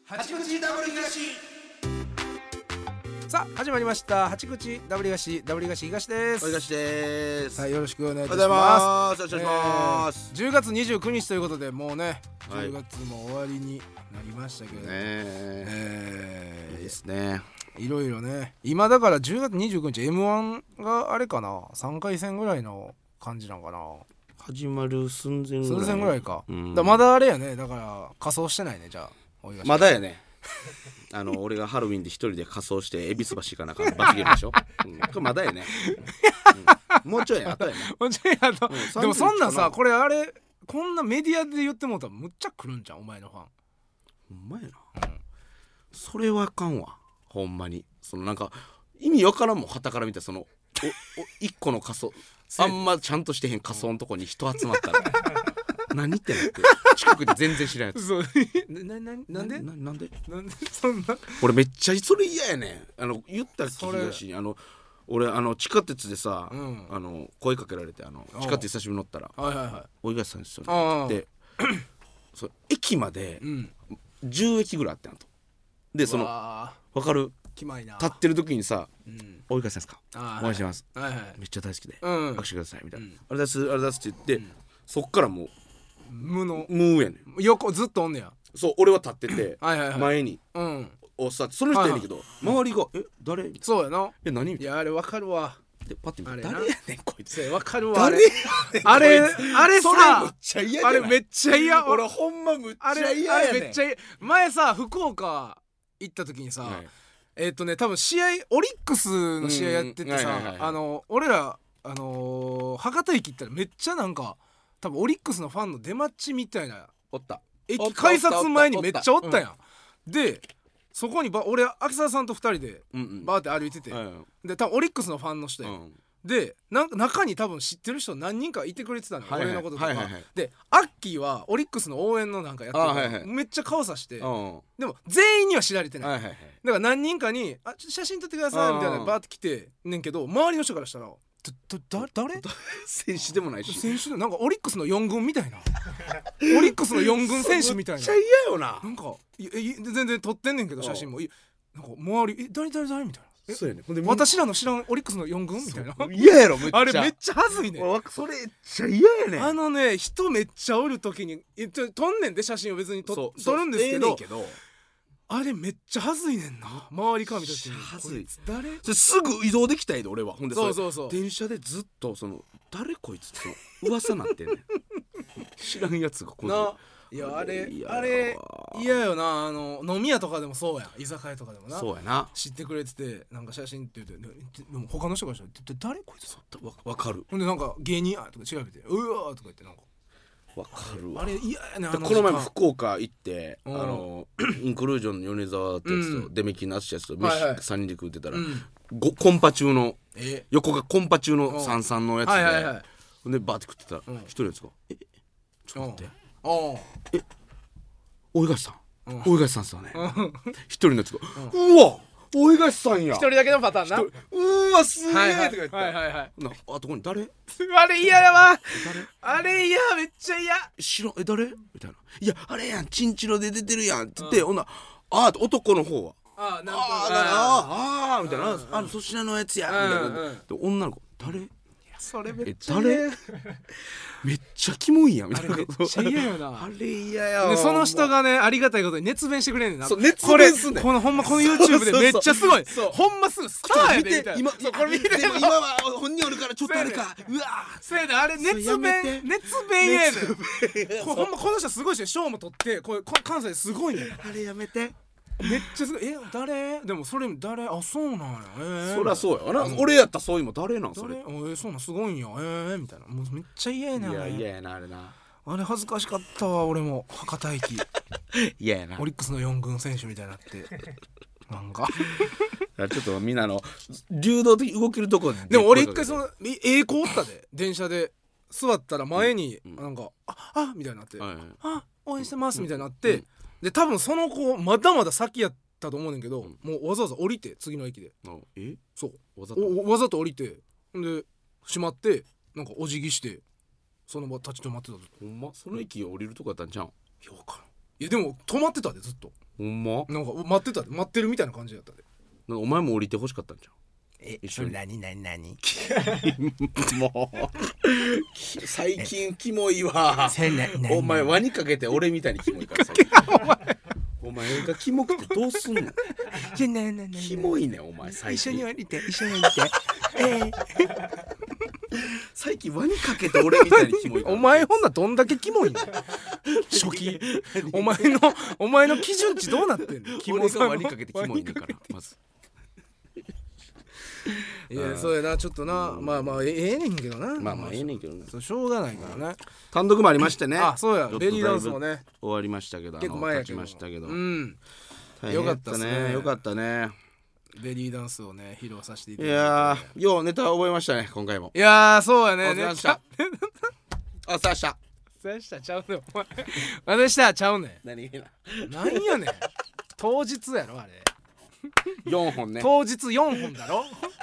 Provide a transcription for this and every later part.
八口ダブル東。 さあ始まりました八口ダブル東東です。 東です。 さあよろしくお願いいたしおはようございまます。よろしくお願いします。 10月29日ということでもうねはい 10月も終わりになりましたけど、 いいですね。 いろいろね今だから10月29日 M1 があれかな3回戦ぐらいの感じなんかな。 始まる寸前ぐらい。 寸前ぐらいか、 うんだからまだあれやね。だから仮装してないね。じゃあお祝いしまだやね。俺がハロウィンで一人で仮装して恵比寿橋行かなあかん罰ゲームでしょ、これまだやね、もうちょいやったやね。 もうちょいあと、でもそんなんさこれれあれこんなメディアで言ってもうたらむっちゃ来るんじゃんお前のファン。 ほんまやな、それはあかんわほんまに。そのなんか意味わからんもん旗から見て。その一個の仮装あんまちゃんとしてへん仮装のとこに人集まったら何ってなって近くで全然知らんやつ。 そうなんでなんでそんな俺めっちゃそれ嫌やねん。言ったらそれ東に俺地下鉄でさ、 うん声かけられて地下鉄久しぶりに乗ったらはいはいはい 「おいがしさんですよああね」でそう駅までうん 10駅ぐらいあったんやと。でそのわ分かるキマいな。 立ってる時にさうん 「おいがしさんですかあお願いしますはいはいめっちゃ大好きでうん握手してください」みたいなうん 「あれだすあれだす」って言ってそっからもう無の無やねん。 横ずっとおんねや。 そう俺は立っててはいはいはい前にうんおさその人やねんけど周りが「え誰?」みたいなそうやな。 「え何?」みたいないやあれわかるわ。 でパッて見てあれな誰やねんこいつ。 せわかるわ。あれ誰やねんあれこいつあれそれめっさちゃ嫌じゃないあれめっちゃ嫌。 俺ほんまむっちゃあれ嫌やねん。 めっちゃ嫌。前さ福岡行った時にさ、 はい多分試合オリックスの試合やっててうんはいはいはいさ俺ら博多駅行ったらめっちゃなんか多分オリックスのファンの出待ちみたいなおった駅改札前にめっちゃおったやん。でそこに俺秋沢さんと2人でうんバーって歩いてて、で多分オリックスのファンの人や、でなんか中に多分知ってる人何人かいてくれてたのよ、 はいはい俺のこととか、 はいはいはいでアッキーはオリックスの応援のなんかやってるから、 はいはいめっちゃ顔さして、 うんでも全員には知られてない、 はいはいはいだから何人かに「ちょっと写真撮ってください」みたいなバーって来てんねんけど、周りの人からしたら誰選手でもないし選手でなんかオリックスの4軍みたいなオリックスの4軍選手みたいなめっちゃ嫌よな。 なんか全然撮ってんねんけど写真もなんか周り誰みたいなそうやね。ほんで私らの知らんオリックスの4軍みたいな嫌やろめっちゃ。 あれめっちゃはずいねん。 俺それめっちゃ嫌やねん。 あのね人めっちゃおる時に撮んねんで写真を別に撮るんですけど、あれめっちゃはずいねんな。周りから見た時にめっちゃはずいこいつ誰それすぐ移動できたいで俺は。ほんでそう電車でずっと誰こいつって噂なってんねん知らんやつがこないやあれ嫌よな。飲み屋とかでもそうやん、居酒屋とかでもなそうやな。 知ってくれててなんか写真って言ってでも他の人からしたら誰こいつわかるほんでなんか芸人とか調べてうわーとか言ってなんかわかるわ。 あれ嫌やねん。 でこの前も福岡行ってうんインクルージョンの米沢ってやつとデメキの淳やつと飯はいはい 3人で食ってたらうんコンパ中のえ横がコンパ中の三々のやつはいはいはいでほんでバーって食ってたらうん一人のやつが「ちょっと待ってあ大東さんうん大東さんっすよねあ一人のやつが「うわ大東さんや一人だけのパターンな。 うわすげえ!」 はいはいとか言ってはいはいはい。 あとこに誰あれ嫌やわ。あれ嫌めっちゃ嫌。 知らん誰みたいな「いやあれやんチンチロで出てるやん」って言ってほんならあーって男の方はあなんあーみたいなそちらのやつやみたいなうんうんで女の子誰それめっちゃ誰嫌。 めっちゃキモいやんみたいなあれめっちゃ嫌よな。 あれ嫌やでその人がねありがたいことに熱弁してくれんねんな。 そう熱弁すんねんこのほんまこの YouTube でめっちゃすごい。 そうほんますぐスターや見でみたいな。 て今そうこれ見てでも今は本人おるからちょっとあれかうわせやであれ熱そうやめて弁熱弁やねん。 ーほんまこの人すごいし賞も取ってこれ関西ですごいねん。 あれやめてめっちゃすごい。誰でもそれ誰あそうなんや。 そりゃそうやな俺やったらそういうの誰なんそれそうなんすごいんやみたいな。もうめっちゃ嫌やねん。 いやあれ嫌やなあれなあれ恥ずかしかったわ俺も博多駅嫌やなオリックスの4軍選手みたいになってなんかちょっとみんな流動的に動けるとこでも俺一回その子おったで電車で座ったら前になんかみたいになってはいはい応援してますみたいになってで多分その子まだまだ先やったと思うねんけどもうわざわざ降りて次の駅でそうわざとわざと降りてで閉まってなんかお辞儀してその場立ち止まってたぞ。 ほんまその駅降りるとこやったんちゃうんいや分からん。いやでも止まってたでずっとほんまなんか待ってるみたいな感じだったで。 なんかお前も降りてほしかったんじゃん。一緒に何もう最近キモいわ。お前輪にかけて俺みたいにキモいからさお前がキモくてどうすんのキモいねお前最近。 一緒に降りて最近輪にかけて俺みたいにキモいからお前ほんなどんだけキモいの初期お前の基準値どうなってんの。キモ俺さのが輪にかけてキモいねんからまず。 いやそうやなちょっとなまあええねんけどなまあええねんけどね。 そうしょうがないからね。 単独もありましてね。 あそうやちょっとベリーダンスもね終わりましたけど結構前や経ちけどましたけどうん大変やよかったっすねよかったね。 ベリーダンスをね披露させていたいだいて。 やーようネタ覚えましたね今回も。 いやーそうやおね疲れ様でしたお疲れ様でした。 そうしたちゃうねんお前私したちゃうね何気な。 んなんやねん当日やろあれ 4本ね。 当日4本だろ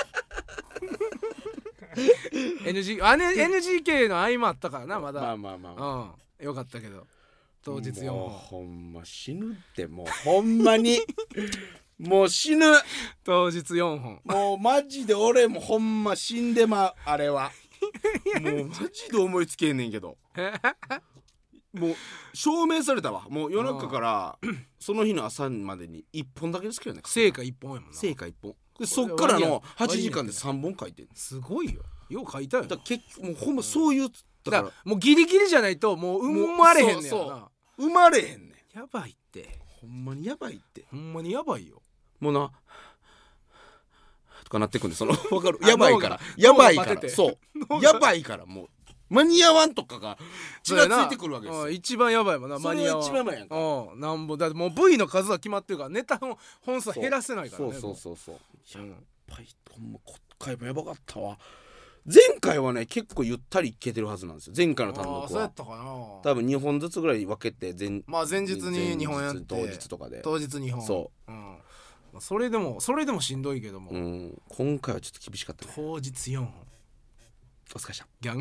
NGK の合間あったからなまだまあよかったけど当日4 もう本ほんま死ぬってもうほんまにもう死ぬ。 当日4本もうマジで俺もほんま死んでまうあれはもうマジで思いつけんねんけどもう証明されたわ。もう夜中からその日の朝までに1本だけですけどね。 成果1本やもんな成果1本でそっからの8時間で3本書いてんすごいよよう書いたよだから結局もうほんまそういうだからもうギリギリじゃないともう生まれへんねんそうな生まれへんねん。 やばいってほんまにやばいって。 ほんまにやばいよもうなとかなってくんでその分かるあやばいから脳がやばいかバテてらそうやばいからもう間に合わんとかがちらついてくるわけですよ。 一番やばいもんなそれが一番やばいやんか。 なんぼだってもう V の数は決まってるからネタの本数は減らせないからねそうもやばいほんま今回もやばかったわ。前回はね結構ゆったりいけてるはずなんですよ前回の単独は。 そうやったかな多分2本ずつぐらい分けて前日に2本やって当日とかで当日2本それでもしんどいけども今回はちょっと厳しかったね。 当日4本お疲れしたギャン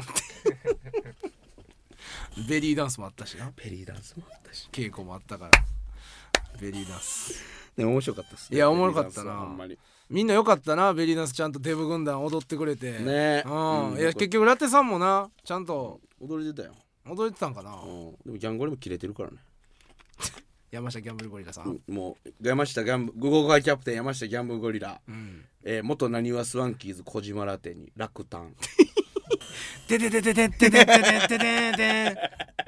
ベリーダンスもあったしなベリーダンスもあったし稽古もあったからベリーダンスね面白かったっすね。 いやおもろかったなベリーダンスはほんまにみんなよかったなベリーダンスちゃんとデブ軍団踊ってくれてねいや結局ラテさんもなちゃんと踊れてたよ。 踊れてたんかなでもギャンゴリもキレてるからね。 山下ギャンブルゴリラさんもう山下ギャンブ豪快キャプテン山下ギャンブルゴリラ元なにわスワンキーズ小島ラテに落胆でででででででででで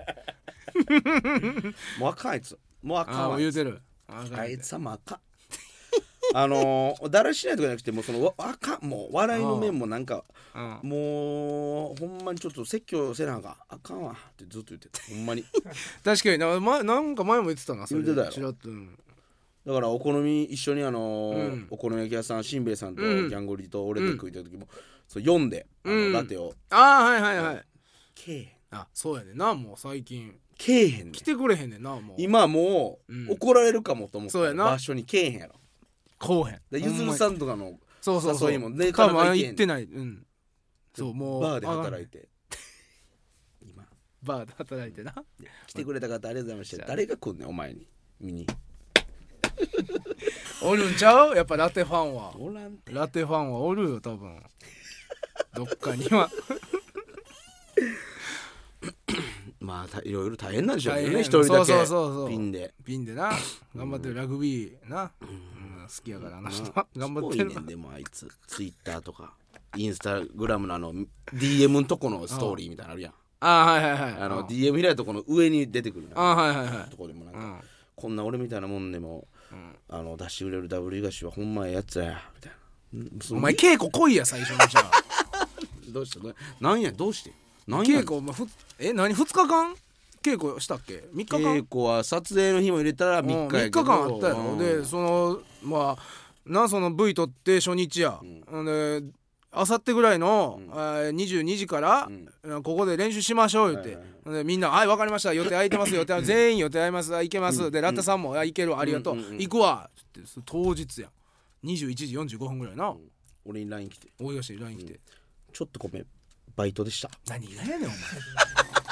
もうあかんあいつもうあかんわ言うてるあいつはもうあかんだらしないとかじゃなくてもうそのあかんもう笑いの面もなんかもうほんまにちょっと説教せなあかんわってずっと言ってたほんまに確かになんか前も言ってたなそれ言ってたよちらっとだからお好み一緒にお好み焼き屋さんしんべヱさんとギャンゴリと俺で食いた時もそう読んでラテをはいはいはいけえへんそうやねんなもう最近けえへんねん来てくれへんねんなもう今もう怒られるかもと思ってそうやな場所にけえへんやろこうへんゆずるさんとかのそう誘いもね多分行ってないそうもうバーで働いて今バーで働いてな来てくれた方ありがとうございました誰が来んねんお前に見におるんちゃうやっぱラテファンはおらんてラテファンはおるよ多分どっかにはまあいろいろ大変なんでしょうけどね大変一人だけそうピンでな頑張ってるラグビーな好きやからあの人は頑張ってるすごいねんでもあいつツイッターとかインスタグラムのDM のとこのストーリーみたいなのあるやんはいはいはい DM 開いたとこの上に出てくるはいはいはいとこでもなんかこんな俺みたいなもんでも出してくれるダブル東はほんまええやつやみたいなお前稽古来いや最初にじゃあどうしたなんやどうして稽古何2日間稽古したっけ3日間稽古は撮影の日も入れたら3日やけど 3日間あったよでその V 撮って初日やであさってぐらいの22時からここで練習しましょう言ってでみんな「はい分かりました予定空いてます予定全員予定空います行けます」でラッタさんも「行けるありがとう行くわ」って当日や21時45分ぐらいな俺に LINE 来て大東に LINE 来てちょっとごめんバイトでした何がやねんお前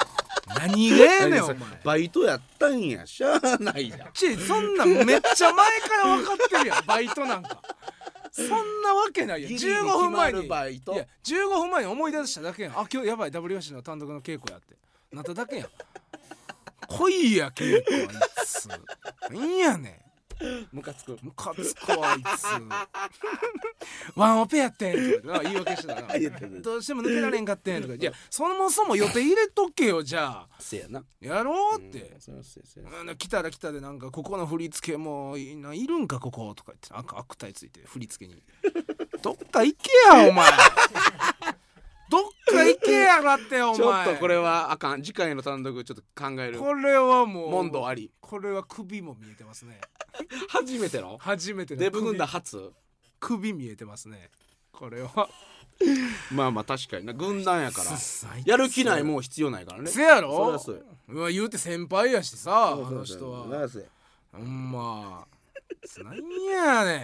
何がやねんお前。 バイトやったんやしゃあないやん。 そんなんめっちゃ前から分かってるやんバイトなんか。そんなわけないやん。15分前にバイト。 いや15分前に思い出しただけやん。あ今日やばい WBC の単独の稽古やってなっただけやん。来いや稽古あいつ何やねん。 ムカつく。 ムカつくわあいつワンオペやってんとか言い訳してたなどうしても抜けられんかってんとかいやそもそも予定入れとけよじゃあせやな。 やろうって、 それはせや来たら来たでなんかここの振り付けもいるんかこことか言って悪態ついて振り付けにどっか行けやお前どっか行けやがってお前。 ちょっとこれはあかん。次回の単独ちょっと考える。 これはもう問答あり。 これは首も見えてますね初めてのデブ軍団初首見えてますねこれは。 まあまあ確かにな軍団やからやる気ないもう必要ないからね。 せやろ。 そりゃそうや。 うわ言うて先輩やしさあの人そうはそうほんま何やねん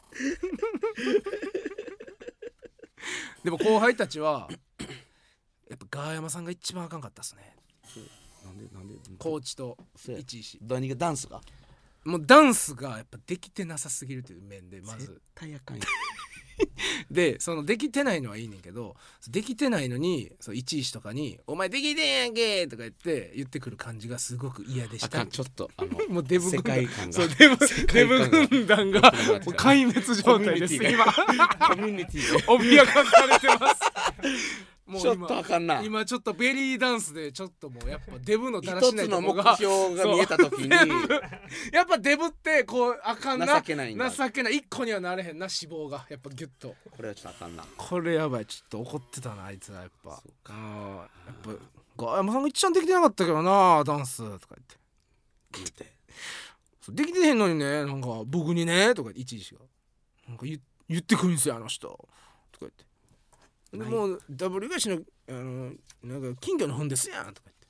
でも後輩たちはやっぱガーヤマさんが一番あかんかったっすね。 なんでコーチと一石何がダンスがもうダンスがやっぱできてなさすぎるという面でまず絶対あかんやでそのできてないのはいいねんけどできてないのにそう一石とかに「お前できてんやんけ!」とか言ってくる感じがすごく嫌でした。 あかんちょっともうデブ世界観がそうデブ軍団がもう壊滅状態です今コミュニティで脅かされてますもうちょっとあかんな。 今ちょっとベリーダンスでちょっともうやっぱデブのだら一しないつの目とこが標が見えた時にやっぱデブってこうあかんな情けないんだ。 情けない一個にはなれへんな脂肪がやっぱギュッとこれはちょっとあかんな。 これやばいちょっと怒ってたなあいつはやっぱそうか。 やっぱガーヤマさんが一番できてなかったけどなダンスとか言ってそうできてへんのにねなんか僕にねとか一時がなんか言ってくるんですよあの人とか言ってでもうダブル返しのなんか金魚の本ですやんとか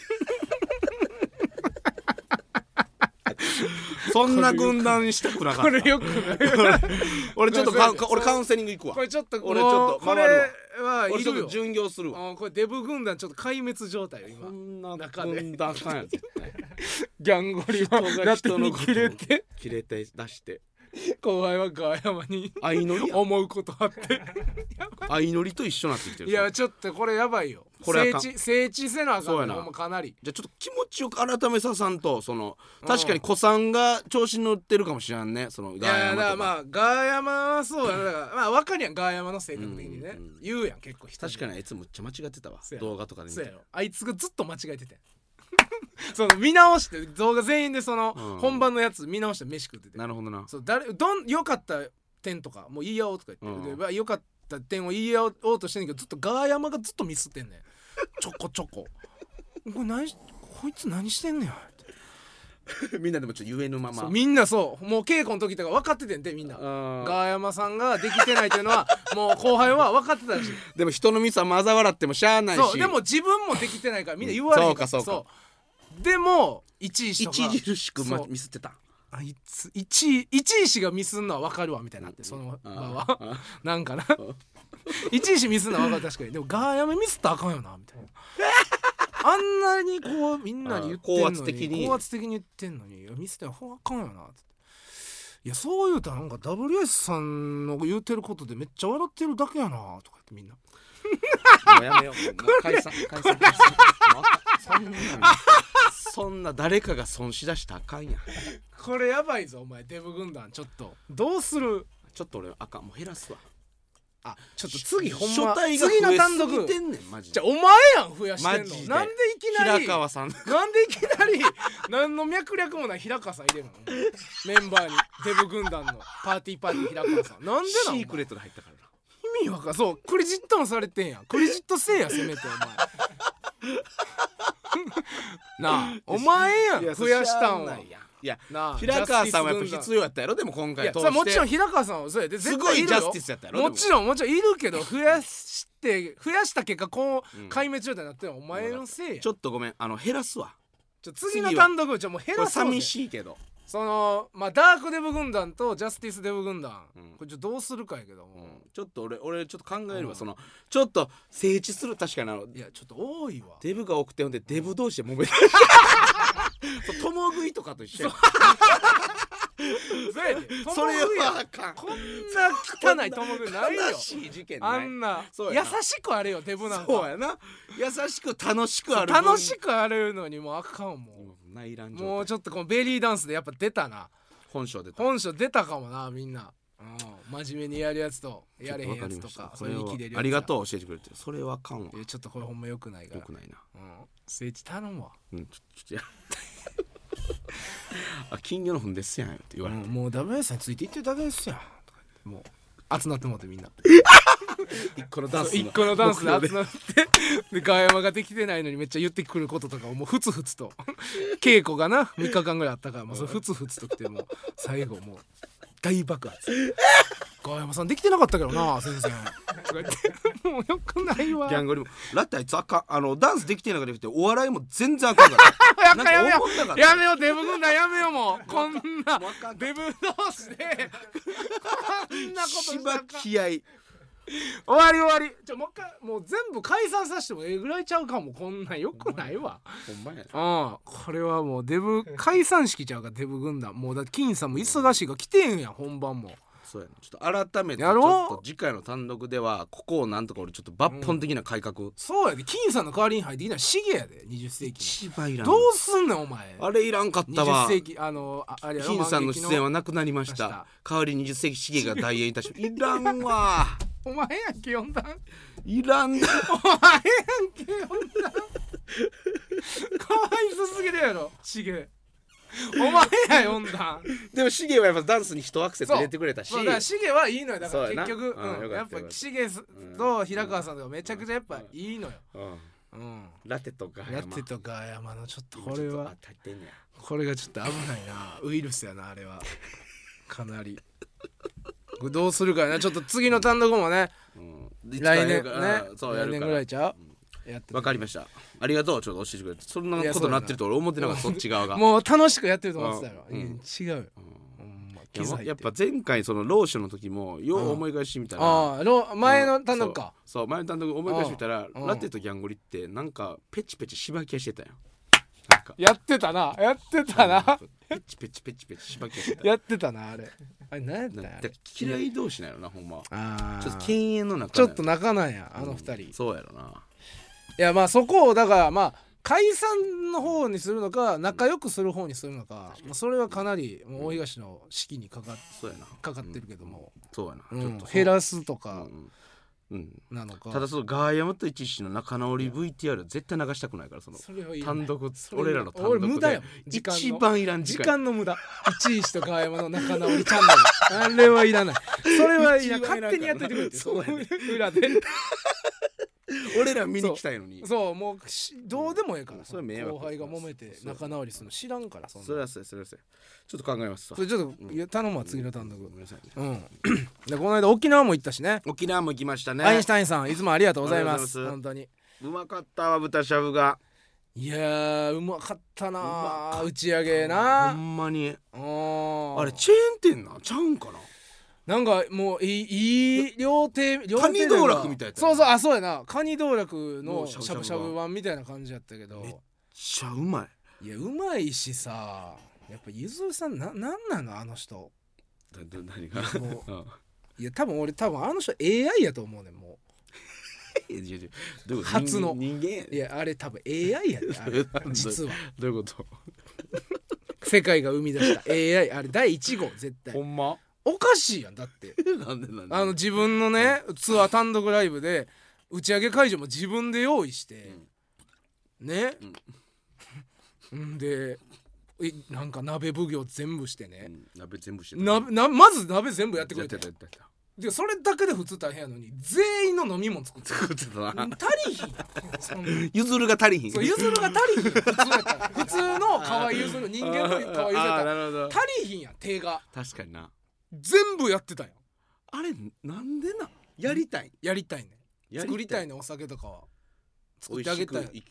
言ってそんな軍団にしたくなかった。 これよくない俺ちょっと俺カウンセリング行くわ。 これちょっと俺ちょっとこれ回るわ。 はいるよ俺ちょっと巡業するわ。 これデブ軍団ちょっと壊滅状態よこ今んな中で軍団あかんやん絶対。 ギャンゴリはラテに切れて切れて出して後輩はガーヤマに相乗りや思うことあって相乗りと一緒になってきてる。 いやちょっとこれやばいよこれあかん整地せなあかそうやなんねほんまかなりじゃあちょっと気持ちよく改めささんと確かに子さんが調子に乗ってるかもしれんね。そのいガーヤマとかやだからまあガーヤマはそうやなだからまあ分かるやんガーヤマの性格的にねうん言うやん結構人確かにあいつむっちゃ間違ってたわそうや動画とかで見てそうやろあいつがずっと間違えててその見直して動画全員でそのうん本番のやつ見直して飯食っててなるほどな。 そう良かった点とかもう言い合おうとか言って、 うんで良かった点を言い合おうとしてんねんけどずっとガーヤマがずっとミスってんねんちょこちょここいつ何してんねんみんなでもちょっと言えぬままそうみんなそうもう稽古の時とか分かっててんでみんなガーヤマさんができてないっていうのはもう後輩は分かってたしでも人のミスはまざ笑ってもしゃあないしそうでも自分もできてないからみんな言われへんからそうかでも一石とか著しくそうミスってた。 あいつ一石がミスんのは分かるわみたいになってその場はなんかな一石ミスんのは分かる確かにでもガーヤマミスったらあかんよなみたいなあんなにこうみんなに言ってんのに高圧的に言ってんのにミスってあかんよなっていやそう言うたらなんか WS さんの言うてることでめっちゃ笑ってるだけやなとか言ってみんなもうやめようもう解散そんな誰かが損しだしたらあかんやん。 これやばいぞお前デブ軍団ちょっとどうするちょっと俺あかんもう減らすわ。 ちょっと次ほんま初対が次の増え単独すぎてんねんマジで。 じゃあお前やん増やしてんマジでのなんでいきなり平川さんなんでいきなり何の脈絡もない平川さん入れるのメンバーにデブ軍団のパーティー平川さんなんでシなんークレットで入ったからな。 意味わかんそうクレジットもされてんやんクレジットせえやせめてお前なあお前やん増やしたんはいやなあ平川さんはやっぱ必要やったやろ。でも今回通してもちろん平川さんはそうやですごいジャスティスやったやろ。 もちろんいるけど増やした結果こう壊滅状態になってるのはお前のせいやちょっとごめん減らすわ。 次の単独もう減これらそうぜ寂しいけどそのまあダークデブ軍団とジャスティスデブ軍団、これちょっとどうするかやけども、 ちょっと俺ちょっと考えるわ、そのちょっと整地する。確かにいやちょっと多いわ。 デブが多くて、ほんでデブ同士で揉めてそう共食いとかと一緒や。 そうやでそれはあかん。 こんな汚い共食いないよ。 悲しい事件ない。 あんなそう優やなしくあれよデブなんか。 そうやな。優しく楽しくある分。 楽しくあれるのにもうあかんもん。 内乱状態。 もうちょっとこのベリーダンスでやっぱ出たな。 本性出た。 本性出たかもなみんな。真面目にやるやつとやれへんやつとか、 それを息出るやつ。 ありがとう教えてくれて。それはあかんわ。 ちょっとこれほんま良くないから。 良くないな。 聖地頼むわ。 ちょっとやあ、金魚の糞ですやんって言われて、 もう WS さんについていってるだけですやんとか言って、もう集まってもってみんな一個のダンス一個のダンスで集まってでガヤマができてないのにめっちゃ言ってくることとかをもうふつふつと稽古がな3日間ぐらいあったからもうそれふつふつときてもう最後もう大爆発ガヤマさんできてなかったけどな先生とか言ってもうよくないわ。 ギャンゴリもラッタあいつあかん、ダンスできてなかったお笑いも全然あかんからやめよなんか思んなかったやめよデブ軍団やめよもうこんなデブ同士でこんなことしたらあかん。 気合い終わりもう一回もう全部解散させてもええぐらいちゃうかも。こんなんよくないわ。 ほんまやこれはもうデブ解散式ちゃうかデブ軍団。もうだって金さんも忙しいから来てんやん本番も。 そうやな。ちょっと改めてちやろうょっと次回の単独ではここをなんとか俺ちょっと抜本的な改革、 そうやで金さんの代わりに入ってきたのシゲやで20世紀一番いらん。 どうすんねんお前。 あれいらんかったわ。 20世紀あれやろ金さんの出演はなくなりました。代わり20世紀シゲが代演いたしいらんわ。 お前やんけ呼んだんいらんだ。 お前やんけ呼んだんかわいそすぎるやろシゲお前や呼んだん。 でもシゲはやっぱダンスに一アクセント入れてくれたし、 そうだからシゲはいいのよ。だからそうやな結局よかったやっぱシゲと平川さんとかめちゃくちゃやっぱいいのよ。 ラテとかやってとか山のちょっとこれは当たってんねや。 これがちょっと危ないなウイルスやなあれはかなりこれどうするかな。ちょっと次の単独もね来年ね来年ぐらいちゃう。 わかりました。ありがとう。ちょっと教えてくれてそんなことなってると俺思ってなかった。そっち側がもう楽しくやってると思ってたよ。違うよ。 やっぱ前回そのローションの時もよう思い返してみたら前の単独か。 そう前の単独思い返してみたらラテとギャンゴリってなんかペチペチしばきやしてたよ。 やってたなペチペチしばきやしてた。 やってたなあれ何やったんやあれ。 嫌い同士なのなほんま。ちょっとち犬猿の中ちょっと仲なんやあの二人。 そうやろな。 いやまあそこをだからまあ解散の方にするのか仲良くする方にするのか、それはかなりもう大東の士気にかかってるけども、 そうやな。ちょっと減らすとかなのか。 ただそのガーヤマと一石の仲直り VTR 絶対流したくないからその単独俺らの単独で一番いらん時間の無駄。一石とガーヤマの仲直りチャンネルあれはいらない。それはいらない。勝手にやっといてくれて。そう裏で俺ら見に来たいのに。 そうもうどうでもええから。 それ迷惑後輩が揉めて仲直りするの知らんから。 それはちょっと考えますわ。 それちょっと頼むわ次の単独。 ごめんなさいね。 でこの間沖縄も行ったしね。 沖縄も行きましたね。 アインシュタインさんいつもありがとうございます。本当にうまかったわ豚しゃぶが。 いやーうまかったな打ち上げな。 ほんまにあれチあェーン店なちゃうんかな。 なんかもういい料亭カニ道楽みたいな。 そうやなカニ道楽のしゃぶしゃぶ版みたいな感じやったけどめっちゃうまい。 いやうまいしさやっぱゆずるさんなんなのあの人。 何がいや多分あの人 AI やと思うねんもう初の人間や。 いやあれ多分 AI やであれ実はどういうこと世界が生み出した AI あれ第1号絶対ほんまおかしいやんだってなんで自分のねツアー単独ライブで打ち上げ会場も自分で用意してねんでなんか鍋奉行全部してね鍋全部してまず鍋全部やってくれてでそれだけで普通大変やのに全員の飲み物作ってたな足りひんゆずるが足りひんそうゆずるが足りひん普通の河合ゆずる人間の河合ゆずるやったら足りひんやん手が確かにな全部やってたやん。 あれなんでやりたいね作りたいねお酒とかは作ってあげたい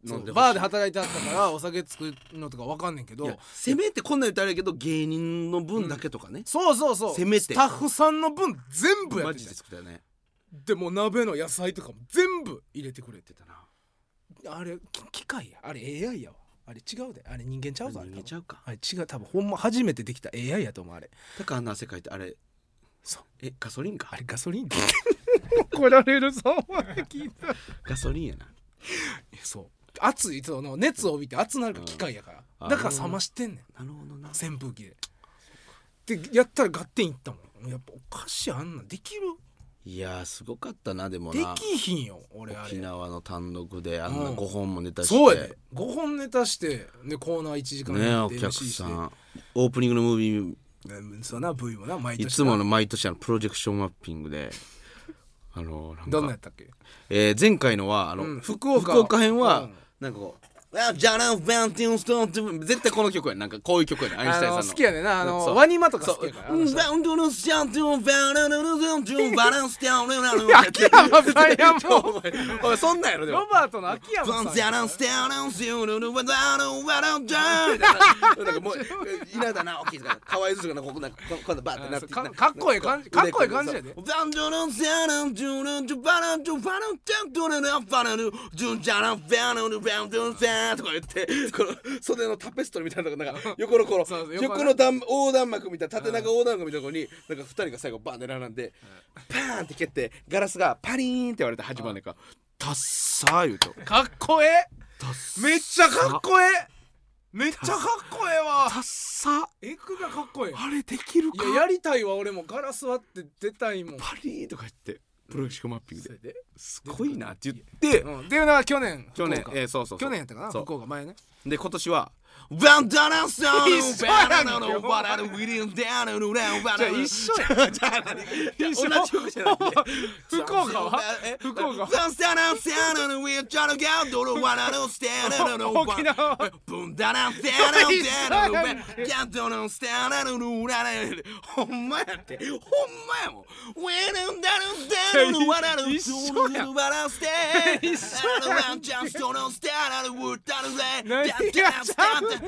飲んでほしいバーで働いてあったからお酒作るのとかわかんねんけど、 いやせめてこんなん言ったらあれやけど芸人の分だけとかね、 そうせめてスタッフさんの分全部やってたマジで作ったよね。 でも鍋の野菜とかも全部入れてくれてたな。 あれ機械やあれ AI やわあれ違うであれ人間ちゃうぞあれ人間ちゃうか。 あれ違う多分ほんま初めてできた AI やと思うあれだからあんな汗かいてあれそうガソリンか。 あれガソリンで怒られるぞお前聞いたガソリンやな。 そう熱いその熱を帯びて熱なるから機械やから、だから冷ましてんねんなるほどな。 扇風機でやったらガッテンいったもん。やっぱお菓子あんなんできるいやすごかったな。でもでなきひんよ俺あれ沖縄の単独であんな5本もネタして、 そうやで5本ネタしてでコーナー1時間ねおで客 MC してさんオープニングのムービーそうな V もな毎年いつもの毎年プロジェクションマッピングでなんかどんなやったっけ前回のは福岡編はなんかこうじゃらんバンティンストンって絶対この曲やなんかこういう曲やねアインシュタインさんの好きやねなワニマとか好きやからバンドのシャンティンバラルルルルバランスタウンルル秋山さんやもうお前そんなんやろでもロバートの秋山さんバランスタウンシュルルバラルバランジャーなんかもう稲田直樹とか河合ずとかなんかここなんかこんなバーってなってかっこいい感じかっこいい感じやでバンドのシャランジュルルバランジュバランジャンドルルバラルジュンジャランバラルバンドルシャーとか言ってこの袖のタペストリーみたいなのがなんか横のこの横の横断幕みたいな縦長横断幕みたいなところになんか2人が最後バンで並んでパーンって蹴ってガラスがパリーンって割れて始まるねんかタッサー言うとかっこええめっちゃかっこええめっちゃかっこええわタッサエクがかっこええあれできるかいややりたいわ俺もガラス割って出たいもんパリーンとか言ってプロジェクションマッピングですごいなって言ってっていうのは去年そう去年やったかな福岡前ねで今年はバンダナスター一緒やんけバラルウィリアムダールランバじゃあ一緒やじゃあ同じ曲じゃない福岡は福岡はバンダナスタールウィチャルガードルワラルステール沖縄ブンダナスタールダールガードルステールラルほんまやってほんまやもんウィリアムダルダールワラル一緒やんバラステールワンチャンストのステールウッタルレ何がちゃう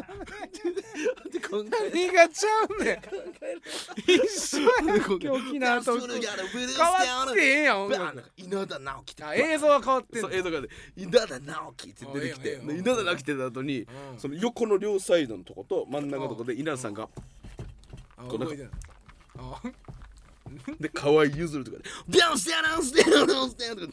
何がちゃうねん一緒やんけ沖縄と変わってええやん音楽稲田直樹って映像は変わってんのそう映像がね稲田直樹って出てきて稲田直樹って後にその横の両サイドのとこと真ん中のとこで稲田さんがこうなんかで河合ゆずるとかでビャンステランステランステランとか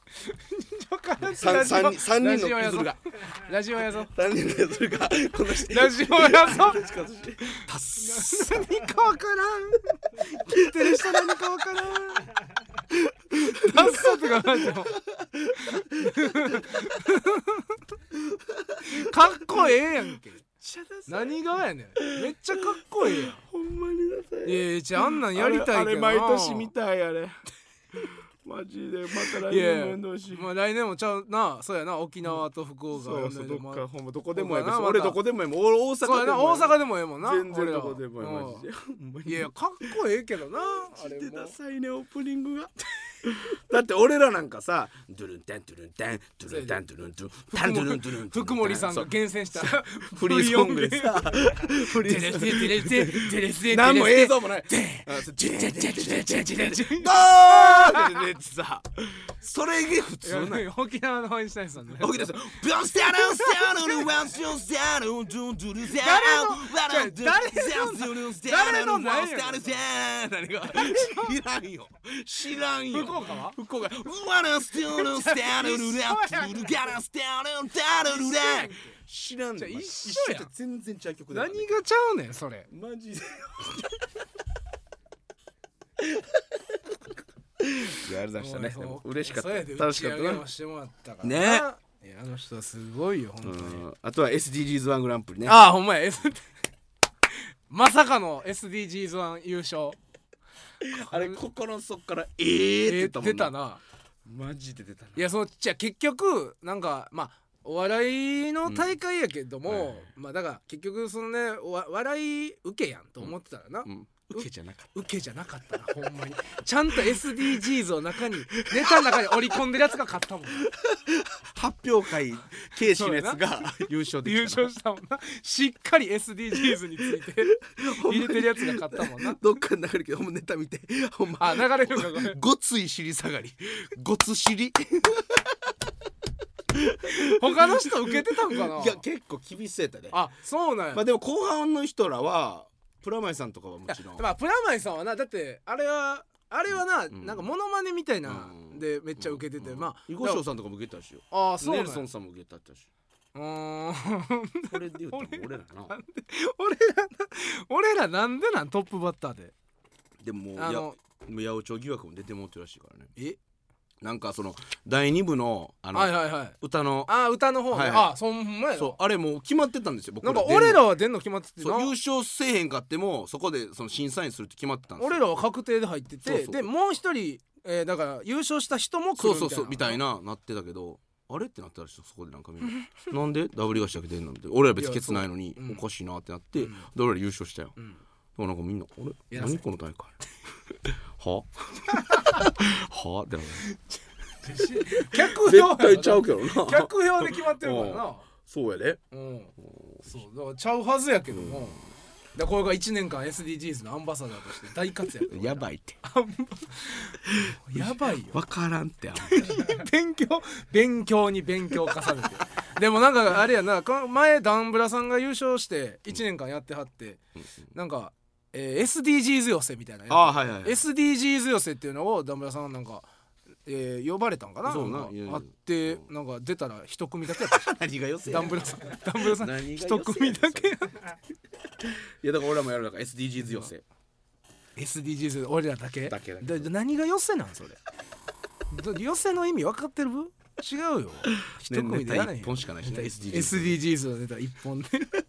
3人のゆずるがラジオやぞ 3人のゆずるがこのラジオやぞタッサ何かわからん聞いてる人何かわからんダッサとかなんでもかっこええやんけ何がやねんめっちゃかっこええやんほんまにダサいいやじゃああんなんやりたいけどなあれ毎年見たいあれマジでまた来年もやんでほしいまあ来年もちゃうなそうやな沖縄と福岡そうそうどっかほんまどこでもそうやな俺どこでも大阪そうやな大阪でもええもんな全然どこでもマジでいやかっこええけどなあれでもダサいねオープニングがだって俺らなんかさドゥルンタンドゥルンタンドゥルンタンドゥルンドゥタンドゥルンドゥルン福森さんが厳選したフリーソングでさフリーソングテレテレテレ何も映像もないさそれが普通な沖縄のアインシュタインさんね沖縄さビョンスタランスタルワンションスタルドゥドゥルザ誰の何や何が知らんよ知らんよ福岡は福岡ワナスタルスタルルラトゥルガラスタルタルルラ知らんの一緒やん全然ちゃう曲何がちゃうねんそれマジでいやありがとうございましたねでも嬉しかった楽しかったなしてもらったからねいやあの人はすごいよ本当にあとは SDGs1 グランプリねああほんまやまさかの SDGs1 優勝あれ心の底からって言ったもんな出たなマジで出たないやそのじゃあ結局なんかまあお笑いの大会やけども、まあだから結局そのね笑い受けやんと思ってたらな、 受けじゃなかった。 受けじゃなかったなほんまに。ちゃんと SDGs を中にネタの中に織り込んでるやつが勝ったもんな。 発表会形式のやつが優勝できた。 優勝したもんな。しっかり SDGs について入れてるやつが勝ったもんな。 どっかに流れるけどほんまネタ見てほんまあ流れるかこれ。 ごつい尻下がりごつ尻他の人受けてたんかな。 いや結構厳しそうやったね。 あそうなんや。 まあでも後半の人らはプラマイさんとかはもちろんまあプラマイさんはなだってあれはな、なんかモノマネみたいなでめっちゃ受けてて、まあ囲碁将さんとかも受けたしよ。 あそうなんや。 ネルソンさんも受けたったし。それで言うと俺らな。 俺らなんでなんトップバッターで。 でも八百長疑惑も出てもってるらしいからね。 えなんかその第2部のはいはいはい歌の歌の方ね、そんまやな。 そうあれもう決まってたんですよ。僕なんか俺らは出んの決まっててな。 優勝せえへんかってもそこでその審査員するって決まってたんですよ。 俺らは確定で入ってて、でもう一人、だから優勝した人も来るみたいなそうみたいななってたけど、あれってなったらしい。そこでなんかみんななんでダブリガシだけ出んのみたいな。俺ら別にケツないのにおかしいなってなって、で俺ら優勝したよ。なんかみんなあれ何この大会ははってなる。 客票絶対ちゃうけどな。 客票で決まってるからな。 そうやで。 そうだからちゃうはずやけども、だこれが1年間 SDGs のアンバサダーとして大活躍。 やばいってやばいよ。 分からんって勉強に勉強重ねて。でもなんかあれやな、前ダンブラさんが優勝して1年間やってはって、なんか、SDGs 寄せみたいなSDGs 寄せっていうのをダンブラさんがなんか呼ばれたんかな。 そうなあってなんか出たら一組だけやった何が寄せダンブラさん一組だけいやだから俺らもやるから SDGs 寄せ SDGs 俺らだけで何が寄せなんそれ。寄せの意味分かってる？違うよ。一組でやらへん。 1本しかないしね SDGs のネタ1本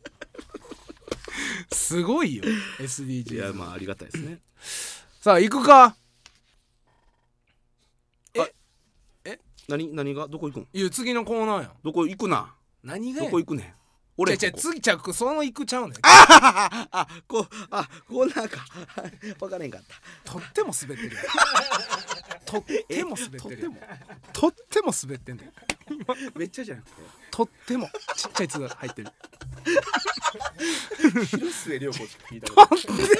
ですごいよ SDGs。 いやまあありがたいですね。 さあ行くか。 何がどこ行くん？ いや次のコーナーやん。 どこ行くな。 何がやどこ行くねん。俺次ちゃうその行くちゃうねん。 コーナーか分からへんかった。 とっても滑ってるやん。とっても滑ってるやん。とっても滑ってんねん。 めっちゃじゃなくてとってもちっちゃいつが入ってる。 広末涼子しか聞いたこと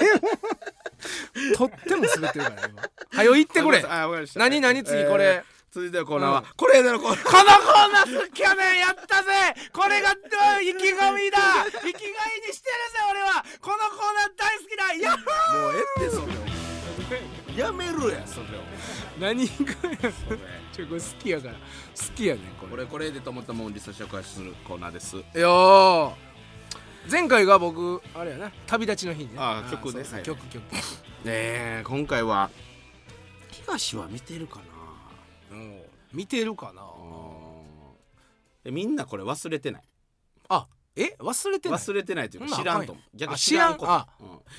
とっても滑ってるから今。はよ行ってくれ。何次これ。 続いてのコーナーはこれだろ。このコーナー去年やったぜ。これが意気込みだ。生きがいにしてるぜ俺は。このコーナー大好きだ。ヤッホー。 もうええってそれやめるやそれを。 何がやこれ好きやから好きやねんこれでと思ったもんリサ紹介するコーナーです。 いやー前回が僕あれやな旅立ちの日にね。 曲ね。 曲今回は東は見てるかな。 見てるかな。 みんなこれ忘れてない。 忘れてないというか知らんと思う。逆に知らんこと。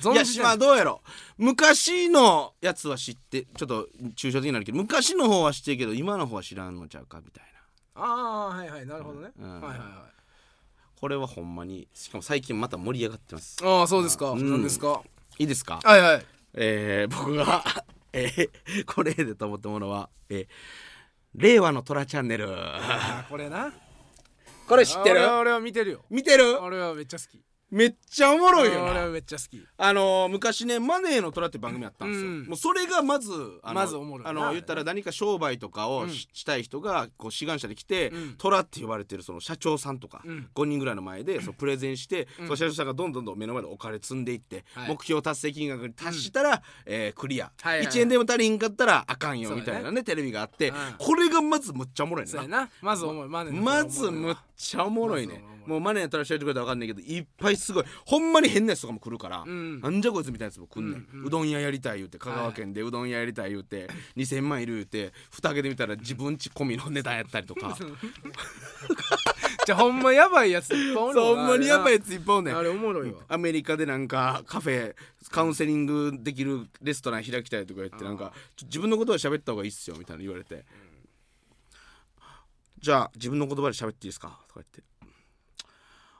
いやまあどうやろ昔のやつは知ってちょっと抽象的になるけど昔の方は知ってるけど今の方は知らんのちゃうかみたいな。 はいはいなるほどね。 これはほんまにしかも最近また盛り上がってます。 そうですか。何ですか。 いいですか。 はいはい。 僕がこれでと思ったものは令和のトラチャンネル。 これな。 これ知ってる？ 俺は見てるよ。 見てる？ 俺はめっちゃ好き。 めっちゃおもろいよな。 俺はめっちゃ好き。 昔ねマネーの虎って番組あったんですよ。もうそれがまずおもろい。 言ったら何か商売とかをしたい人がこう志願者で来て虎って呼ばれてるその社長さんとか5人ぐらいの前でプレゼンしてその社長さんがどんどん目の前でお金積んでいって目標達成金額に達したらクリア1円でも足りんかったらあかんよみたいなねテレビがあってこれがまずむっちゃおもろいね。 まずむっちゃおもろいね。もうマネーの虎調べてくれたら分かんないけどいっぱいすごいほんまに変なやつとかも来るからなんじゃこいつみたいなやつも来んねん。うどん屋やりたい言うて香川県でうどん屋やりたい言うて2000万いる言うて蓋開けてみたら自分ち込みの値段やったりとかじゃあほんまやばいやついっぱいおる。 ほんまにやばいやついっぱいおんねん。 あれおもろいわ。 アメリカでなんかカフェカウンセリングできるレストラン開きたいとか言ってなんか自分の言葉で喋った方がいいっすよみたいな言われてじゃあ自分の言葉で喋っていいですかとか言って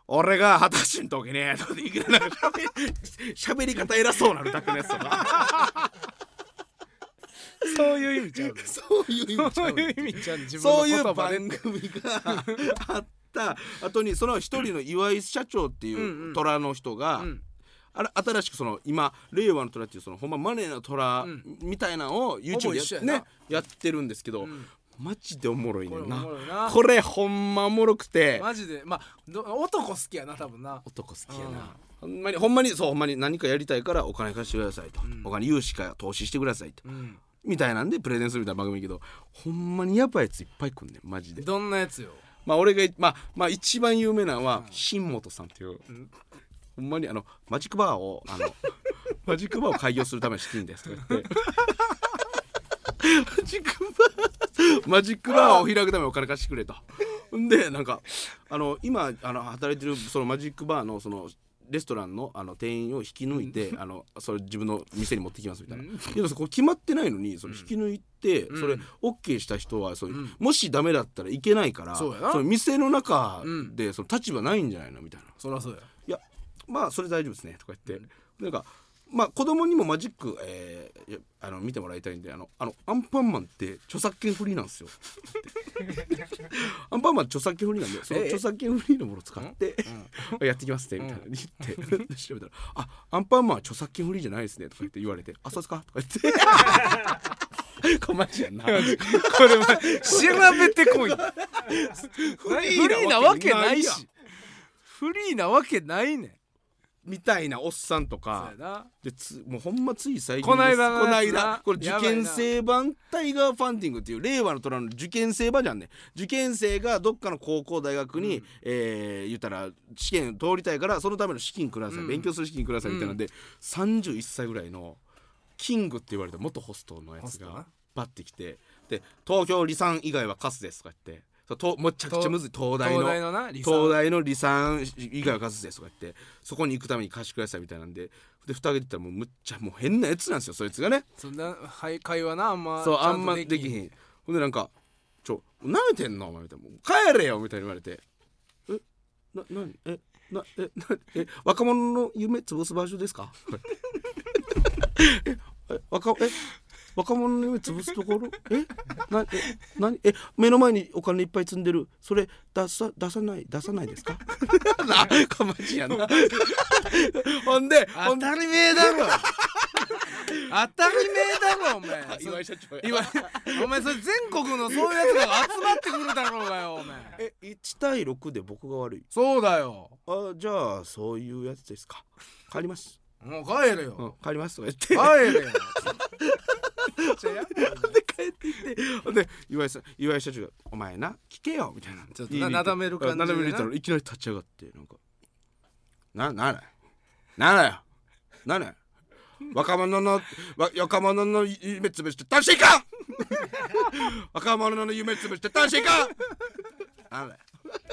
俺が二十歳の時ねとかでいきなりなんか喋り方偉そうなるだけのやつとかそういう意味ちゃうのそういう意味ちゃそううねいう意味ちゃうの自分のそういう言葉で番組があった後にその一人の岩井社長っていう虎の人が、新しくその今令和の虎っていうそのほんまマネーな虎みたいなのを YouTube でやってるんですけど、マジでおもろいねんな。これほんまおもろくてマジでまあ男好きやな多分な。 男好きやな。ほんまに何かやりたいからお金貸してくださいと、お金融資か投資してくださいと、みたいなんでプレゼンするみたいな番組やけど、ほんまにやばいやついっぱい来んねんマジで。 どんなやつよ。 俺が一番有名なのは新本さんっていう、ほんまにマジックバーを開業するための資金ですとか言ってマジックバーを開くためにお金貸してくれと。んでなんか今働いてるそのマジックバーのそのレストランの店員を引き抜いてそれ自分の店に持ってきますみたいな。でもこれ決まってないのにそれ引き抜いて、それ OK した人はもしダメだったらいけないから、その店の中でその立場ないんじゃないのみたいな。 そりゃそうや。 いやそれ大丈夫ですねとか言って、なんか子供にもマジック、見てもらいたいんでアンパンマンって著作権フリーなんですよアンパンマン著作権フリーなんでその著作権フリーのものを使ってやってきますねみたいな言って調べたらアンパンマンは著作権フリーじゃないですねとか言って言われてそうですかとか言ってマジやんなこれ調べてこいフリーなわけないしフリーなわけないねんみたいなおっさんとかでもうほんまつい最近この間これ受験生版タイガーファンディングっていう令和の虎の受験生版じゃんね。受験生がどっかの高校大学に、言ったら試験通りたいからそのための資金ください、勉強する資金くださいみたいなんで、31歳ぐらいのキングって言われた元ホストのやつがバッてきて、で東京理産以外はカスですとか言って、めちゃくちゃむずい東大の理産以外はカスですとか言って、そこに行くために貸してくださいみたいなんで、蓋開けてたらもう変なやつなんですよそいつがね。 そんな会話なあんまできひん。ほんでなんか舐めてんのお前みたいな、もう帰れよみたいに言われて、若者の夢潰す場所ですか若者の夢潰すところ目の前にお金いっぱい積んでる、それ出さないですかかまじやなほんで当たり前だろ当たり前だろお前岩井社長お前それ全国のそういうやつらが集まってくるだろうがよお前 1対6で僕が悪い。 そうだよ。 じゃあそういうやつですか、帰ります。 もう帰れよ、 帰りますとか言って帰れよで帰っていってで岩井社長がお前な聞けよみたいな、 ちょっとなだめる感じでな、 なだめるからいきなり立ち上がってなんかなんだよ若者の夢つぶして楽しいか若者の夢つぶして楽しいかなんだよ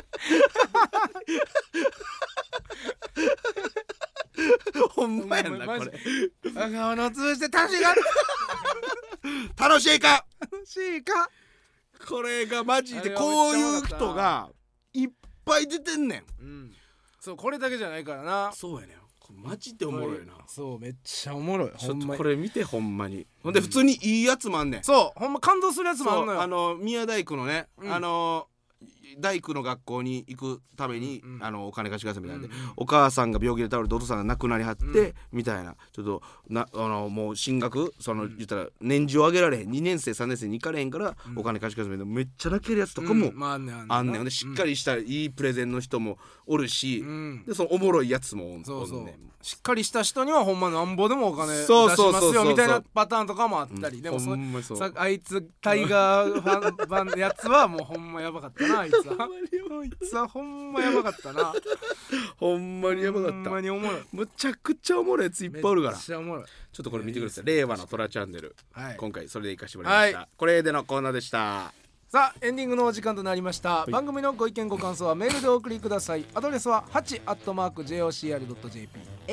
ほんまやんなこれ。 若者つぶして楽しいか楽しいか楽しいか。 これがマジでこういう人がいっぱい出てんねん。 そうこれだけじゃないからな。 そうやねん、これマジでおもろいな。 そうめっちゃおもろい。 ちょっとこれ見てほんまに。ほんで普通にいいやつもあんねん。 そうほんま感動するやつもあんのよ。 宮大工のね、大工の学校に行くために、お金貸してくださいみたいなんで、お母さんが病気で倒れてお父さんが亡くなりはって、みたいなちょっともう進学言ったら年次を上げられへん、2年生3年生に行かれへんから、お金貸してくださいみたいなめっちゃ泣けるやつとかもあんねん。でしっかりしたいいプレゼンの人もおるし、でそのおもろいやつもおんねん。 しっかりした人にはほんまなんぼでもお金出しますよみたいなパターンとかもあったり、でもあいつタイガーファンのやつはもうほんまやばかったな。あいつはほんまやばかったな。 ほんまにやばかった。ほんまにおもろい。むちゃくちゃおもろいやついっぱいおるから。めっちゃおもろい。ちょっとこれ見てください。令和の虎チャンネル。今回それで行かしてもらいました。これでのコーナーでした。 さあエンディングのお時間となりました、番組のご意見ご感想はメールでお送りください。アドレスは8@jocr.jp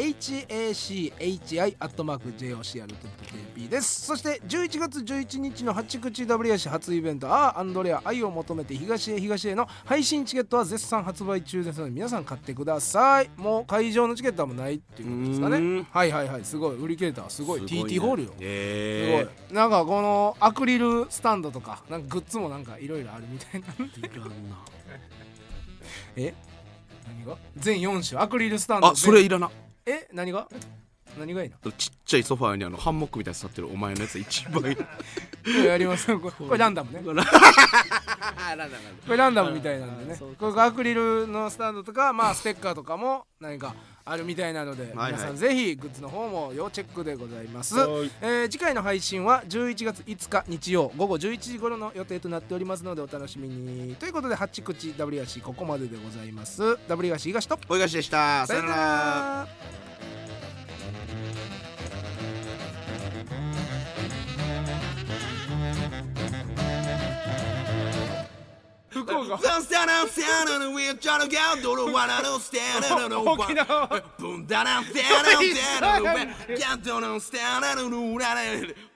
hachi@jocr.jp です。そして11月11日の八口 W 足初イベントアンドレア愛を求めて東へ東への配信チケットは絶賛発売中ですので皆さん買ってください。もう会場のチケットはもうないっていうことですかね。はいはいはい、すごい売り切れた。すごい TT ホールよ。すごいなんかこのアクリルスタンドとかなんかグッズもなんかいろいろあるみたいなんで。いらんな。何が全4種アクリルスタンド。 あ、それいらな。 何がいいな。 ちっちゃいソファーにハンモックみたいに座ってるお前のやつ一番いい。これやりますこれランダムね。これランダムみたいなんでね。これアクリルのスタンドとかまあステッカーとかも何かあるみたいなので、皆さんぜひグッズの方も要チェックでございます。次回の配信は11月5日日曜午後11時頃の予定となっておりますのでお楽しみに。ということで八口 W 足ここまででございます。 W 足東とおいがしでした。 さよなら。福岡沖縄